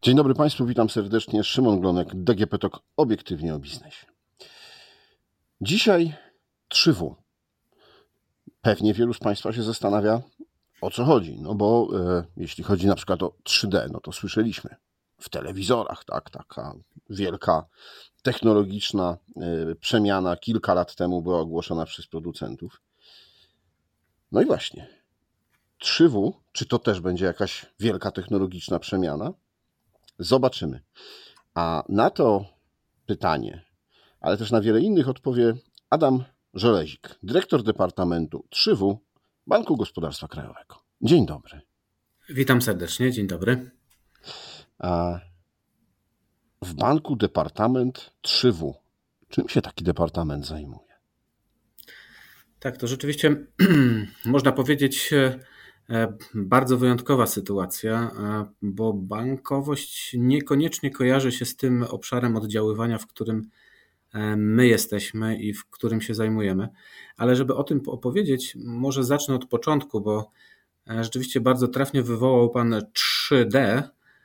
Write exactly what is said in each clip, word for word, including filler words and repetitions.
Dzień dobry Państwu, witam serdecznie. Szymon Glonek, D G P Talk, obiektywnie o biznesie. Dzisiaj trzy W. Pewnie wielu z Państwa się zastanawia, o co chodzi. No bo e, jeśli chodzi na przykład o trzy D, no to słyszeliśmy w telewizorach, tak, taka wielka technologiczna e, przemiana kilka lat temu była ogłoszona przez producentów. No i właśnie, trzy W, czy to też będzie jakaś wielka technologiczna przemiana? Zobaczymy. A na to pytanie, ale też na wiele innych odpowie Adam Żelezik, dyrektor Departamentu trzy W Banku Gospodarstwa Krajowego. Dzień dobry. Witam serdecznie, dzień dobry. A w banku Departament trzy W. Czym się taki departament zajmuje? Tak, to rzeczywiście można powiedzieć bardzo wyjątkowa sytuacja, bo bankowość niekoniecznie kojarzy się z tym obszarem oddziaływania, w którym my jesteśmy i w którym się zajmujemy. Ale żeby o tym opowiedzieć, może zacznę od początku, bo rzeczywiście bardzo trafnie wywołał Pan trzy D.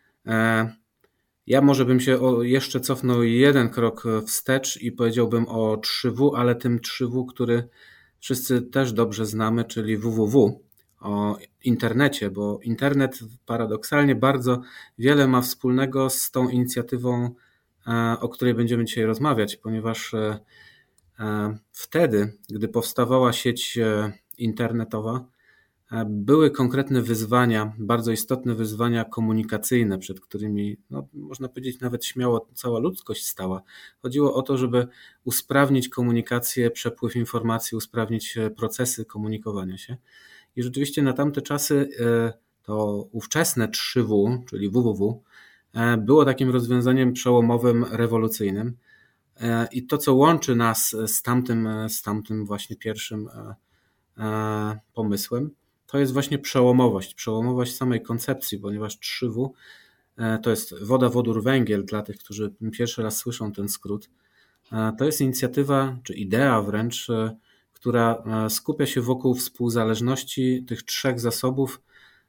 Ja może bym się jeszcze cofnął jeden krok wstecz i powiedziałbym o trzy W, ale tym trzy W, który wszyscy też dobrze znamy, czyli W W W, o internecie, bo internet paradoksalnie bardzo wiele ma wspólnego z tą inicjatywą, o której będziemy dzisiaj rozmawiać, ponieważ wtedy, gdy powstawała sieć internetowa, były konkretne wyzwania, bardzo istotne wyzwania komunikacyjne, przed którymi, no, można powiedzieć, nawet śmiało cała ludzkość stała. Chodziło o to, żeby usprawnić komunikację, przepływ informacji, usprawnić procesy komunikowania się. I rzeczywiście na tamte czasy to ówczesne trzy W, czyli W W W, było takim rozwiązaniem przełomowym, rewolucyjnym. I to, co łączy nas z tamtym, z tamtym właśnie pierwszym pomysłem, to jest właśnie przełomowość, przełomowość samej koncepcji, ponieważ trzy W to jest woda, wodór, węgiel, dla tych, którzy pierwszy raz słyszą ten skrót. To jest inicjatywa, czy idea wręcz, która skupia się wokół współzależności tych trzech zasobów,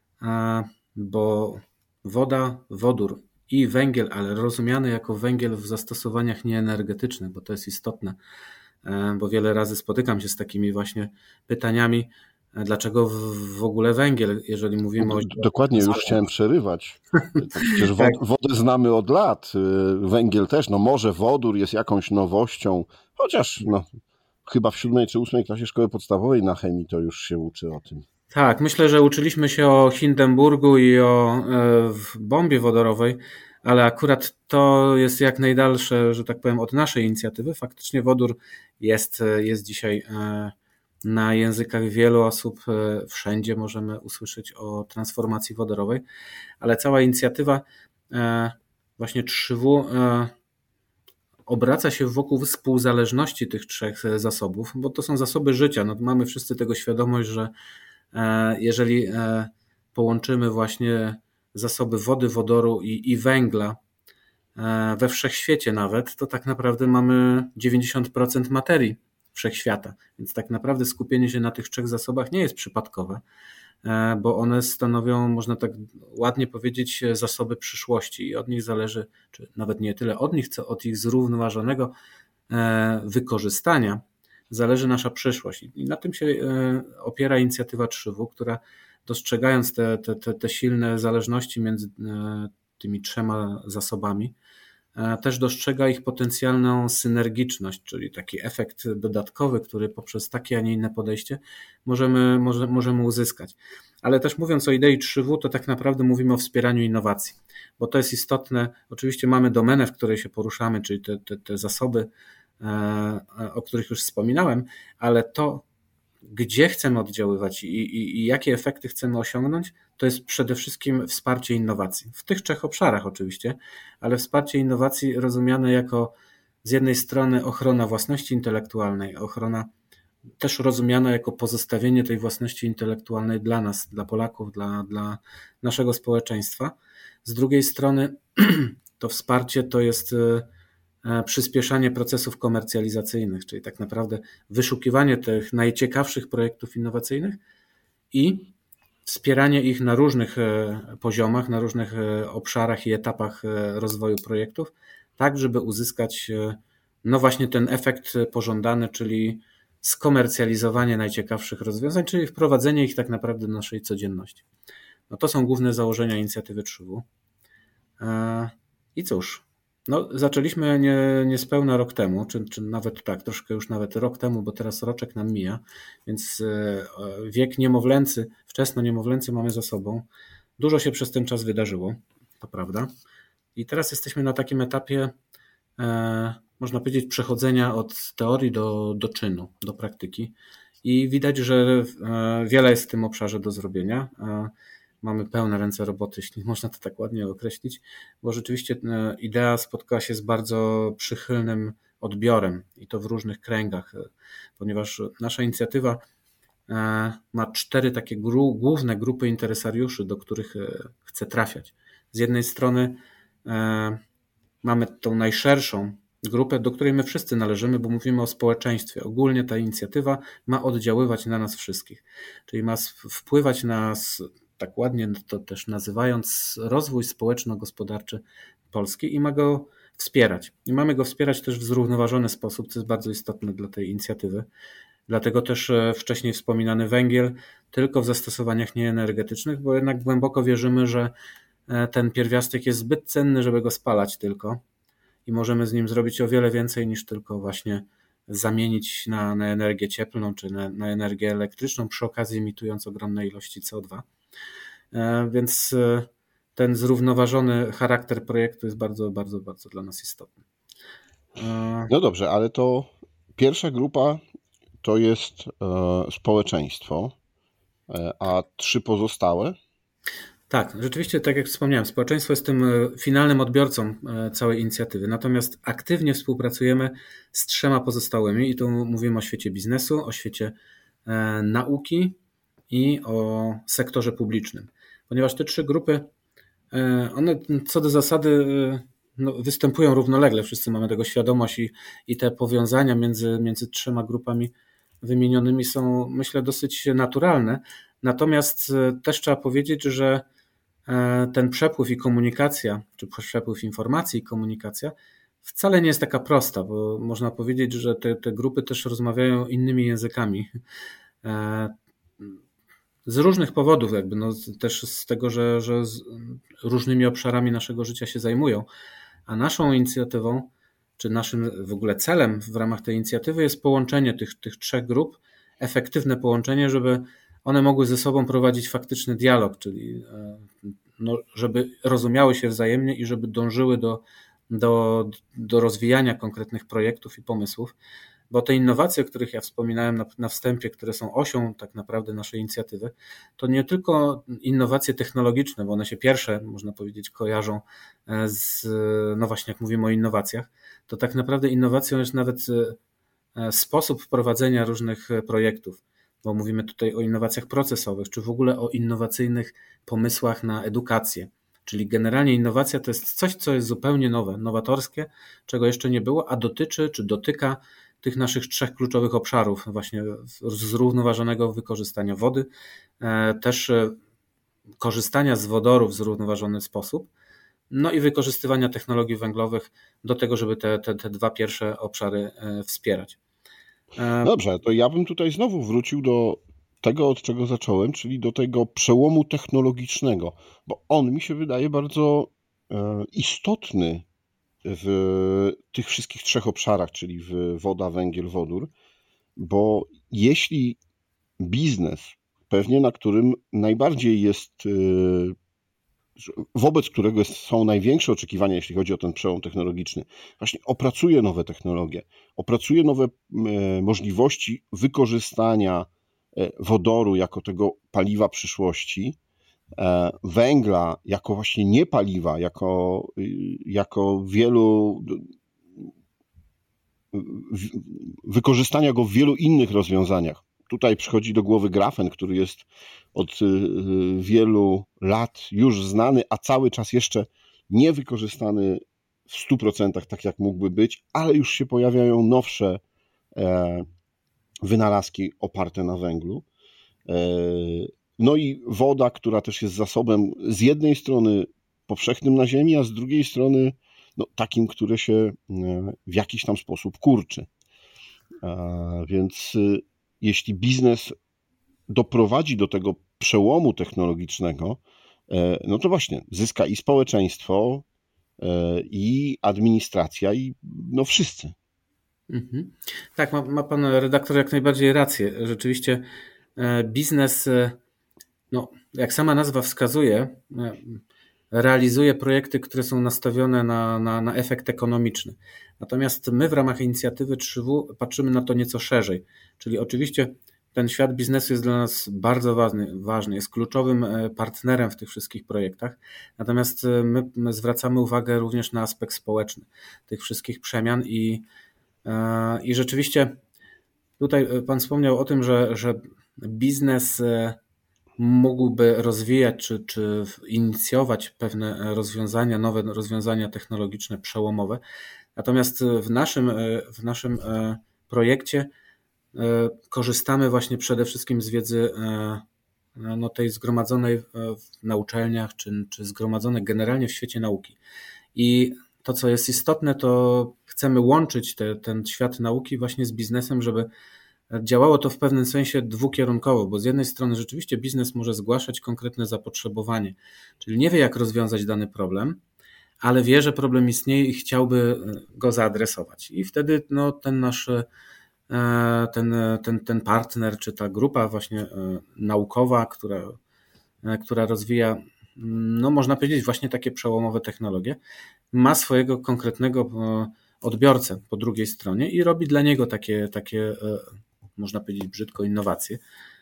bo woda, wodór i węgiel, ale rozumiany jako węgiel w zastosowaniach nieenergetycznych, bo to jest istotne, bo wiele razy spotykam się z takimi właśnie pytaniami, dlaczego w ogóle węgiel, jeżeli mówimy o... Dokładnie, już chciałem przerywać. Przecież wod, wodę znamy od lat, węgiel też, no może wodór jest jakąś nowością, chociaż no, chyba w siódmej czy ósmej klasie szkoły podstawowej na chemii to już się uczy o tym. Tak, myślę, że uczyliśmy się o Hindenburgu i o e, bombie wodorowej, ale akurat to jest jak najdalsze, że tak powiem, od naszej inicjatywy. Faktycznie wodór jest, jest dzisiaj e, na językach wielu osób, e, wszędzie możemy usłyszeć o transformacji wodorowej, ale cała inicjatywa e, właśnie trzy W e, obraca się wokół współzależności tych trzech zasobów, bo to są zasoby życia. No, mamy wszyscy tego świadomość, że jeżeli połączymy właśnie zasoby wody, wodoru i, i węgla we wszechświecie nawet, to tak naprawdę mamy dziewięćdziesiąt procent materii wszechświata. Więc tak naprawdę skupienie się na tych trzech zasobach nie jest przypadkowe, bo one stanowią, można tak ładnie powiedzieć, zasoby przyszłości i od nich zależy, czy nawet nie tyle od nich, co od ich zrównoważonego wykorzystania zależy nasza przyszłość. I na tym się opiera inicjatywa trzy W, która dostrzegając te, te, te, te silne zależności między tymi trzema zasobami, też dostrzega ich potencjalną synergiczność, czyli taki efekt dodatkowy, który poprzez takie, a nie inne podejście możemy, może, możemy uzyskać. Ale też mówiąc o idei trzy W, to tak naprawdę mówimy o wspieraniu innowacji, bo to jest istotne. Oczywiście mamy domenę, w której się poruszamy, czyli te, te, te zasoby, o których już wspominałem, ale to, gdzie chcemy oddziaływać i, i, i jakie efekty chcemy osiągnąć, to jest przede wszystkim wsparcie innowacji. W tych trzech obszarach oczywiście, ale wsparcie innowacji rozumiane jako z jednej strony ochrona własności intelektualnej, ochrona też rozumiana jako pozostawienie tej własności intelektualnej dla nas, dla Polaków, dla, dla naszego społeczeństwa. Z drugiej strony to wsparcie to jest przyspieszanie procesów komercjalizacyjnych, czyli tak naprawdę wyszukiwanie tych najciekawszych projektów innowacyjnych i wspieranie ich na różnych poziomach, na różnych obszarach i etapach rozwoju projektów, tak żeby uzyskać no właśnie ten efekt pożądany, czyli skomercjalizowanie najciekawszych rozwiązań, czyli wprowadzenie ich tak naprawdę do naszej codzienności. No to są główne założenia inicjatywy trzy W. I cóż, no zaczęliśmy nie, niespełna rok temu, czy, czy nawet tak, troszkę już nawet rok temu, bo teraz roczek nam mija, więc wiek niemowlęcy, wczesno niemowlęcy mamy za sobą. Dużo się przez ten czas wydarzyło, to prawda. I teraz jesteśmy na takim etapie, e, można powiedzieć, przechodzenia od teorii do, do czynu, do praktyki. I widać, że e, wiele jest w tym obszarze do zrobienia. E, mamy pełne ręce roboty, jeśli można to tak ładnie określić, bo rzeczywiście e, idea spotkała się z bardzo przychylnym odbiorem i to w różnych kręgach, e, ponieważ nasza inicjatywa e, ma cztery takie gru, główne grupy interesariuszy, do których e, chce trafiać. Z jednej strony e, mamy tą najszerszą grupę, do której my wszyscy należymy, bo mówimy o społeczeństwie. Ogólnie ta inicjatywa ma oddziaływać na nas wszystkich, czyli ma wpływać na, tak ładnie to też nazywając, rozwój społeczno-gospodarczy Polski i ma go wspierać. I mamy go wspierać też w zrównoważony sposób, co jest bardzo istotne dla tej inicjatywy. Dlatego też wcześniej wspominany węgiel tylko w zastosowaniach nieenergetycznych, bo jednak głęboko wierzymy, że ten pierwiastek jest zbyt cenny, żeby go spalać tylko i możemy z nim zrobić o wiele więcej niż tylko właśnie zamienić na, na energię cieplną czy na, na energię elektryczną, przy okazji emitując ogromne ilości C O dwa. Więc ten zrównoważony charakter projektu jest bardzo, bardzo, bardzo dla nas istotny. No dobrze, ale to pierwsza grupa to jest e, społeczeństwo, e, a trzy pozostałe? Tak, rzeczywiście, tak jak wspomniałem, społeczeństwo jest tym finalnym odbiorcą całej inicjatywy, natomiast aktywnie współpracujemy z trzema pozostałymi i tu mówimy o świecie biznesu, o świecie e, nauki i o sektorze publicznym, ponieważ te trzy grupy, e, one co do zasady no, występują równolegle, wszyscy mamy tego świadomość i, i te powiązania między, między trzema grupami wymienionymi są, myślę, dosyć naturalne, natomiast też trzeba powiedzieć, że ten przepływ i komunikacja, czy przepływ informacji i komunikacja wcale nie jest taka prosta, bo można powiedzieć, że te, te grupy też rozmawiają innymi językami. Z różnych powodów, jakby no, też z tego, że, że z różnymi obszarami naszego życia się zajmują, a naszą inicjatywą, czy naszym w ogóle celem w ramach tej inicjatywy jest połączenie tych, tych trzech grup, efektywne połączenie, żeby one mogły ze sobą prowadzić faktyczny dialog, czyli no, żeby rozumiały się wzajemnie i żeby dążyły do, do, do rozwijania konkretnych projektów i pomysłów, bo te innowacje, o których ja wspominałem na, na wstępie, które są osią tak naprawdę naszej inicjatywy, to nie tylko innowacje technologiczne, bo one się pierwsze, można powiedzieć, kojarzą z, no właśnie jak mówimy o innowacjach, to tak naprawdę innowacją jest nawet sposób prowadzenia różnych projektów, bo mówimy tutaj o innowacjach procesowych, czy w ogóle o innowacyjnych pomysłach na edukację. Czyli generalnie innowacja to jest coś, co jest zupełnie nowe, nowatorskie, czego jeszcze nie było, a dotyczy, czy dotyka tych naszych trzech kluczowych obszarów, właśnie zrównoważonego wykorzystania wody, też korzystania z wodoru w zrównoważony sposób, no i wykorzystywania technologii węglowych do tego, żeby te, te, te dwa pierwsze obszary wspierać. Dobrze, to ja bym tutaj znowu wrócił do tego, od czego zacząłem, czyli do tego przełomu technologicznego, bo on mi się wydaje bardzo istotny w tych wszystkich trzech obszarach, czyli w woda, węgiel, wodór, bo jeśli biznes, pewnie na którym najbardziej jest, wobec którego są największe oczekiwania, jeśli chodzi o ten przełom technologiczny, właśnie opracuje nowe technologie, opracuje nowe możliwości wykorzystania wodoru jako tego paliwa przyszłości, węgla jako właśnie nie paliwa, jako, jako wielu, wykorzystania go w wielu innych rozwiązaniach. Tutaj przychodzi do głowy grafen, który jest od wielu lat już znany, a cały czas jeszcze nie wykorzystany w stu procentach tak jak mógłby być, ale już się pojawiają nowsze wynalazki oparte na węglu. No i woda, która też jest zasobem z jednej strony powszechnym na Ziemi, a z drugiej strony no, takim, które się w jakiś tam sposób kurczy. Więc jeśli biznes doprowadzi do tego przełomu technologicznego, no to właśnie zyska i społeczeństwo, i administracja, i no wszyscy. Mhm. Tak, ma, ma pan redaktor jak najbardziej rację. Rzeczywiście biznes, no, jak sama nazwa wskazuje, realizuje projekty, które są nastawione na, na, na efekt ekonomiczny. Natomiast my w ramach inicjatywy trzy W patrzymy na to nieco szerzej. Czyli oczywiście ten świat biznesu jest dla nas bardzo ważny, ważny, jest kluczowym partnerem w tych wszystkich projektach. Natomiast my, my zwracamy uwagę również na aspekt społeczny tych wszystkich przemian i, i rzeczywiście tutaj pan wspomniał o tym, że, że biznes mógłby rozwijać czy, czy inicjować pewne rozwiązania, nowe rozwiązania technologiczne przełomowe. Natomiast w naszym, w naszym projekcie korzystamy właśnie przede wszystkim z wiedzy no, tej zgromadzonej na uczelniach, czy, czy zgromadzonej generalnie w świecie nauki. I to, co jest istotne, to chcemy łączyć te, ten świat nauki właśnie z biznesem, żeby działało to w pewnym sensie dwukierunkowo, bo z jednej strony rzeczywiście biznes może zgłaszać konkretne zapotrzebowanie, czyli nie wie, jak rozwiązać dany problem, ale wie, że problem istnieje i chciałby go zaadresować. I wtedy no, ten nasz ten, ten, ten partner, czy ta grupa właśnie naukowa, która, która rozwija, no można powiedzieć, właśnie takie przełomowe technologie, ma swojego konkretnego odbiorcę po drugiej stronie i robi dla niego takie, takie można powiedzieć brzydko, innowacje.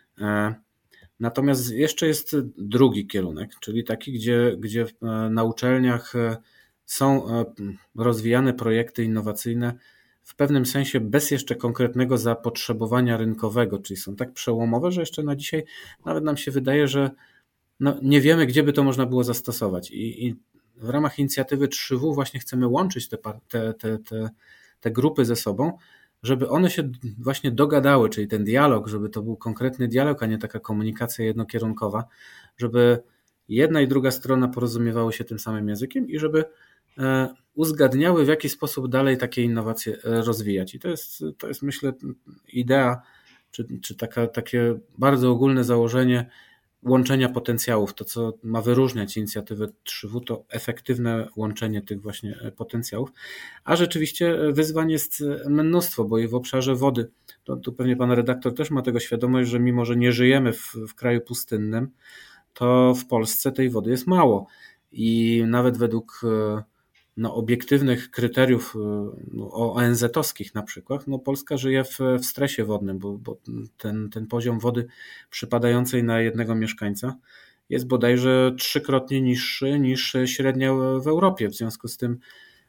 Natomiast jeszcze jest drugi kierunek, czyli taki, gdzie, gdzie na uczelniach są rozwijane projekty innowacyjne w pewnym sensie bez jeszcze konkretnego zapotrzebowania rynkowego, czyli są tak przełomowe, że jeszcze na dzisiaj nawet nam się wydaje, że no nie wiemy, gdzie by to można było zastosować. I, i w ramach inicjatywy trzy W właśnie chcemy łączyć te, te, te, te, te grupy ze sobą, żeby one się właśnie dogadały, czyli ten dialog, żeby to był konkretny dialog, a nie taka komunikacja jednokierunkowa, żeby jedna i druga strona porozumiewały się tym samym językiem i żeby uzgadniały, w jaki sposób dalej takie innowacje rozwijać. I to jest, to jest myślę, idea, czy, czy taka, takie bardzo ogólne założenie łączenia potencjałów. To, co ma wyróżniać inicjatywę trzy W, to efektywne łączenie tych właśnie potencjałów. A rzeczywiście wyzwań jest mnóstwo, bo i w obszarze wody, to tu pewnie pan redaktor też ma tego świadomość, że mimo, że nie żyjemy w, w kraju pustynnym, to w Polsce tej wody jest mało. I nawet według no, obiektywnych kryteriów no, O N Z-owskich na przykład, no, Polska żyje w, w stresie wodnym, bo, bo ten, ten poziom wody przypadającej na jednego mieszkańca jest bodajże trzykrotnie niższy niż średnia w Europie. W związku z tym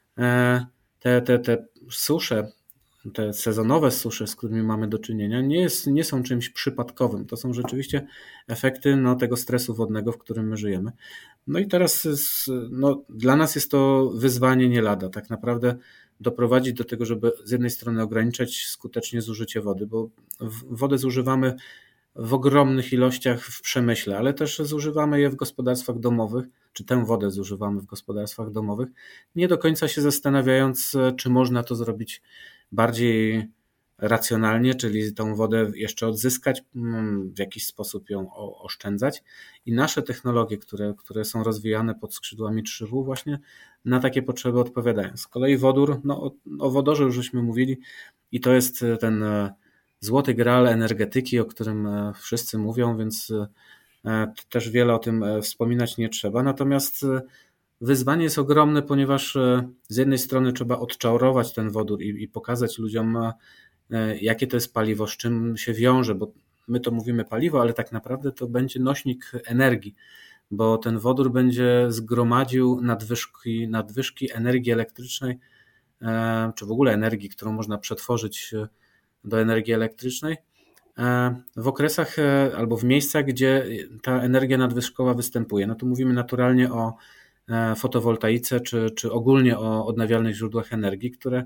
te, te, te susze, te sezonowe susze, z którymi mamy do czynienia, nie, jest, nie są czymś przypadkowym. To są rzeczywiście efekty no, tego stresu wodnego, w którym my żyjemy. No i teraz no, dla nas jest to wyzwanie nie lada. Tak naprawdę doprowadzić do tego, żeby z jednej strony ograniczać skutecznie zużycie wody, bo wodę zużywamy w ogromnych ilościach w przemyśle, ale też zużywamy je w gospodarstwach domowych, czy tę wodę zużywamy w gospodarstwach domowych, nie do końca się zastanawiając, czy można to zrobić bardziej racjonalnie, czyli tą wodę jeszcze odzyskać, w jakiś sposób ją oszczędzać. I nasze technologie, które, które są rozwijane pod skrzydłami trzy W, właśnie na takie potrzeby odpowiadają. Z kolei wodór, no o wodorze już żeśmy mówili i to jest ten złoty graal energetyki, o którym wszyscy mówią, więc też wiele o tym wspominać nie trzeba. Natomiast wyzwanie jest ogromne, ponieważ z jednej strony trzeba odczarować ten wodór i, i pokazać ludziom, jakie to jest paliwo, z czym się wiąże, bo my to mówimy paliwo, ale tak naprawdę to będzie nośnik energii, bo ten wodór będzie zgromadził nadwyżki, nadwyżki energii elektrycznej, czy w ogóle energii, którą można przetworzyć do energii elektrycznej w okresach albo w miejscach, gdzie ta energia nadwyżkowa występuje. No tu mówimy naturalnie o fotowoltaice, czy, czy ogólnie o odnawialnych źródłach energii, które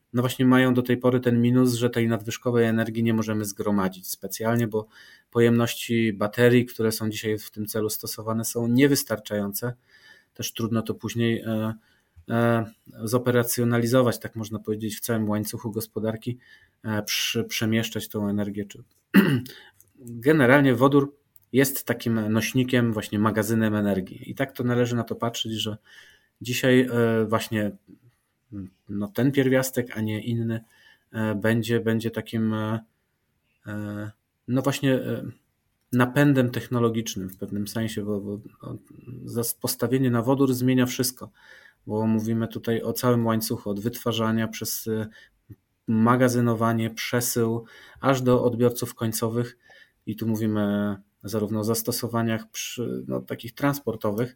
no właśnie mają do tej pory ten minus, że tej nadwyżkowej energii nie możemy zgromadzić specjalnie, bo pojemności baterii, które są dzisiaj w tym celu stosowane, są niewystarczające. Też trudno to później zoperacjonalizować, tak można powiedzieć, w całym łańcuchu gospodarki, przy, przemieszczać tą energię. Generalnie wodór jest takim nośnikiem, właśnie magazynem energii. I tak to należy na to patrzeć, że dzisiaj właśnie no ten pierwiastek, a nie inny będzie, będzie takim no właśnie napędem technologicznym w pewnym sensie, bo, bo postawienie na wodór zmienia wszystko, bo mówimy tutaj o całym łańcuchu od wytwarzania przez magazynowanie, przesył, aż do odbiorców końcowych i tu mówimy zarówno o zastosowaniach przy, no, takich transportowych,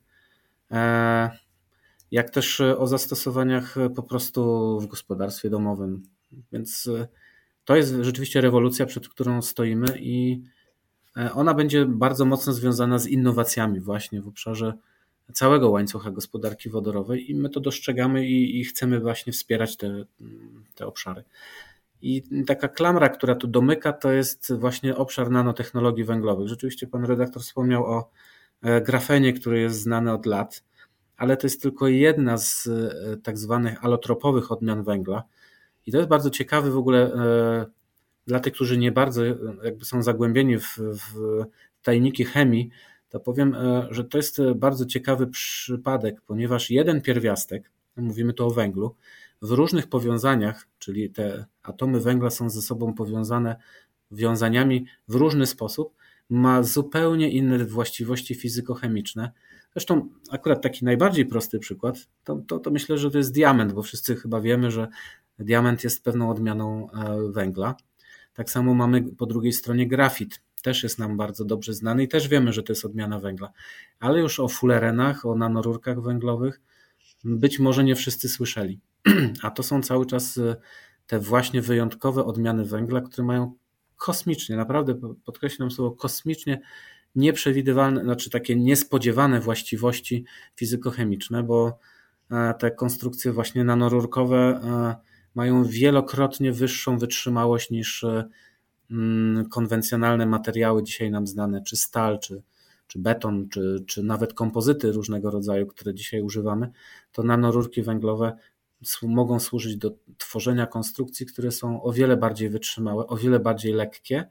jak też o zastosowaniach po prostu w gospodarstwie domowym. Więc to jest rzeczywiście rewolucja, przed którą stoimy i ona będzie bardzo mocno związana z innowacjami właśnie w obszarze całego łańcucha gospodarki wodorowej i my to dostrzegamy i, i chcemy właśnie wspierać te, te obszary. I taka klamra, która tu domyka, to jest właśnie obszar nanotechnologii węglowych. Rzeczywiście pan redaktor wspomniał o grafenie, który jest znany od lat, ale to jest tylko jedna z tak zwanych alotropowych odmian węgla. I to jest bardzo ciekawy w ogóle dla tych, którzy nie bardzo jakby są zagłębieni w, w tajniki chemii, to powiem, że to jest bardzo ciekawy przypadek, ponieważ jeden pierwiastek, mówimy tu o węglu, w różnych powiązaniach, czyli te atomy węgla są ze sobą powiązane wiązaniami w różny sposób, ma zupełnie inne właściwości fizykochemiczne. Zresztą akurat taki najbardziej prosty przykład, to, to, to myślę, że to jest diament, bo wszyscy chyba wiemy, że diament jest pewną odmianą węgla. Tak samo mamy po drugiej stronie grafit, też jest nam bardzo dobrze znany i też wiemy, że to jest odmiana węgla. Ale już o fulerenach, o nanorurkach węglowych być może nie wszyscy słyszeli. A to są cały czas te właśnie wyjątkowe odmiany węgla, które mają kosmicznie, naprawdę podkreślam słowo kosmicznie nieprzewidywalne, znaczy takie niespodziewane właściwości fizykochemiczne, bo te konstrukcje właśnie nanorurkowe mają wielokrotnie wyższą wytrzymałość niż konwencjonalne materiały dzisiaj nam znane, czy stal, czy, czy beton, czy, czy nawet kompozyty różnego rodzaju, które dzisiaj używamy, to nanorurki węglowe mogą służyć do tworzenia konstrukcji, które są o wiele bardziej wytrzymałe, o wiele bardziej lekkie.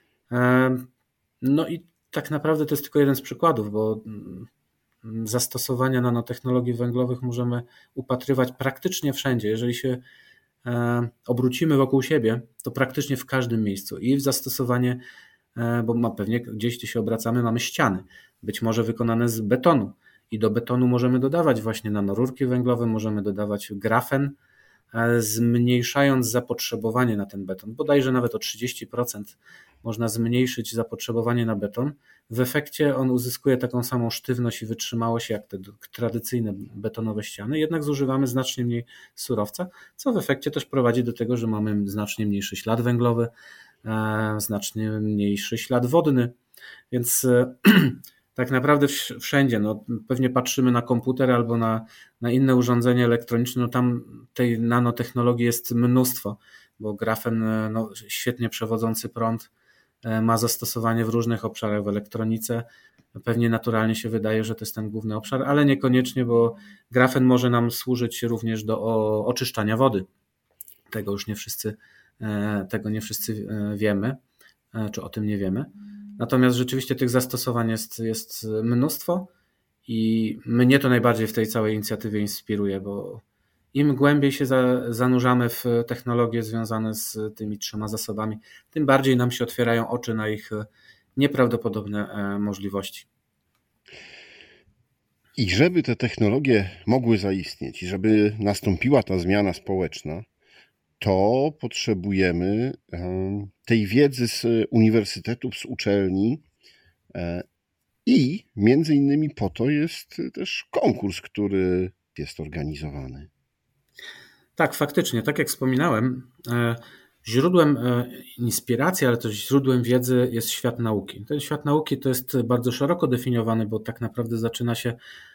No i tak naprawdę to jest tylko jeden z przykładów, bo zastosowania nanotechnologii węglowych możemy upatrywać praktycznie wszędzie. Jeżeli się obrócimy wokół siebie, to praktycznie w każdym miejscu i w zastosowanie, bo ma pewnie gdzieś, gdzie się obracamy, mamy ściany, być może wykonane z betonu i do betonu możemy dodawać właśnie nanorurki węglowe, możemy dodawać grafen, zmniejszając zapotrzebowanie na ten beton, bodajże nawet o trzydzieści procent można zmniejszyć zapotrzebowanie na beton. W efekcie on uzyskuje taką samą sztywność i wytrzymałość jak te tradycyjne betonowe ściany, jednak zużywamy znacznie mniej surowca, co w efekcie też prowadzi do tego, że mamy znacznie mniejszy ślad węglowy, znacznie mniejszy ślad wodny, więc tak naprawdę wszędzie, no pewnie patrzymy na komputer albo na, na inne urządzenie elektroniczne, no tam tej nanotechnologii jest mnóstwo, bo grafen, no, świetnie przewodzący prąd, ma zastosowanie w różnych obszarach w elektronice. Pewnie naturalnie się wydaje, że to jest ten główny obszar, ale niekoniecznie, bo grafen może nam służyć również do oczyszczania wody. Tego już nie wszyscy, tego nie wszyscy wiemy, czy o tym nie wiemy. Natomiast rzeczywiście tych zastosowań jest, jest mnóstwo i mnie to najbardziej w tej całej inicjatywie inspiruje, bo im głębiej się za, zanurzamy w technologie związane z tymi trzema zasobami, tym bardziej nam się otwierają oczy na ich nieprawdopodobne możliwości. I żeby te technologie mogły zaistnieć i żeby nastąpiła ta zmiana społeczna, to potrzebujemy tej wiedzy z uniwersytetów, z uczelni i między innymi po to jest też konkurs, który jest organizowany. Tak, faktycznie, tak jak wspominałem, źródłem inspiracji, ale też źródłem wiedzy jest świat nauki. Ten świat nauki to jest bardzo szeroko definiowany, bo tak naprawdę zaczyna się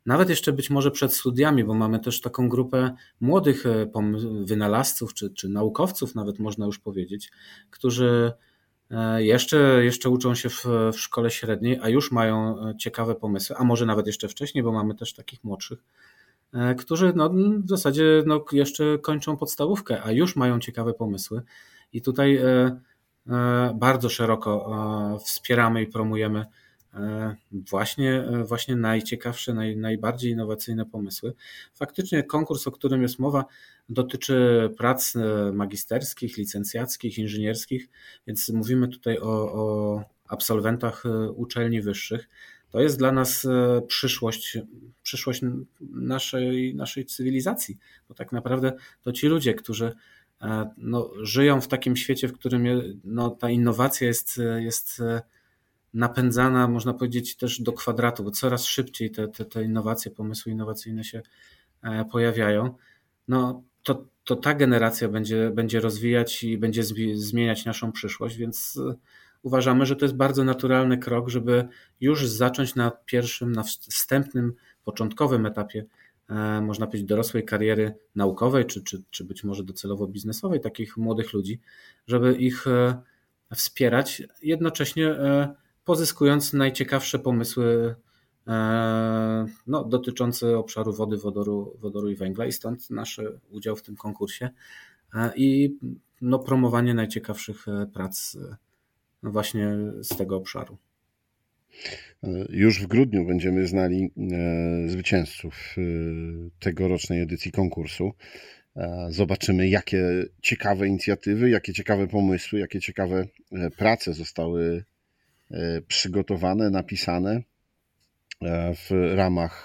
nawet jeszcze być może przed studiami, bo mamy też taką grupę młodych wynalazców czy, czy naukowców, nawet można już powiedzieć, którzy jeszcze, jeszcze uczą się w, w szkole średniej, a już mają ciekawe pomysły, a może nawet jeszcze wcześniej, bo mamy też takich młodszych, którzy no, w zasadzie no, jeszcze kończą podstawówkę, a już mają ciekawe pomysły. I tutaj bardzo szeroko wspieramy i promujemy właśnie, właśnie najciekawsze, naj, najbardziej innowacyjne pomysły. Faktycznie konkurs, o którym jest mowa, dotyczy prac magisterskich, licencjackich, inżynierskich, więc mówimy tutaj o, o absolwentach uczelni wyższych. To jest dla nas przyszłość, przyszłość naszej, naszej cywilizacji, bo tak naprawdę to ci ludzie, którzy no, żyją w takim świecie, w którym no, ta innowacja jest, jest napędzana, można powiedzieć, też do kwadratu, bo coraz szybciej te, te, te innowacje, pomysły innowacyjne się pojawiają. No, to, to ta generacja będzie, będzie rozwijać i będzie zmieniać naszą przyszłość, więc uważamy, że to jest bardzo naturalny krok, żeby już zacząć na pierwszym, na wstępnym, początkowym etapie, można powiedzieć, dorosłej kariery naukowej, czy, czy, czy być może docelowo biznesowej takich młodych ludzi, żeby ich wspierać, jednocześnie pozyskując najciekawsze pomysły no, dotyczące obszaru wody, wodoru, wodoru i węgla, i stąd nasz udział w tym konkursie i no, promowanie najciekawszych prac właśnie z tego obszaru. Już w grudniu będziemy znali zwycięzców tegorocznej edycji konkursu. Zobaczymy, jakie ciekawe inicjatywy, jakie ciekawe pomysły, jakie ciekawe prace zostały przygotowane, napisane w ramach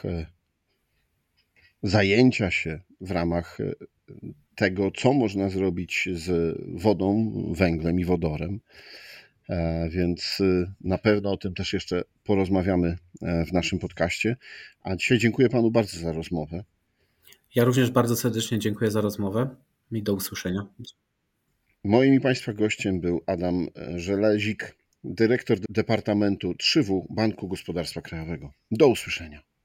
zajęcia się, w ramach tego, co można zrobić z wodą, węglem i wodorem. Więc na pewno o tym też jeszcze porozmawiamy w naszym podcaście. A dzisiaj dziękuję panu bardzo za rozmowę. Ja również bardzo serdecznie dziękuję za rozmowę i do usłyszenia. Moim i państwa gościem był Adam Żelezik, dyrektor Departamentu trzy W Banku Gospodarstwa Krajowego. Do usłyszenia.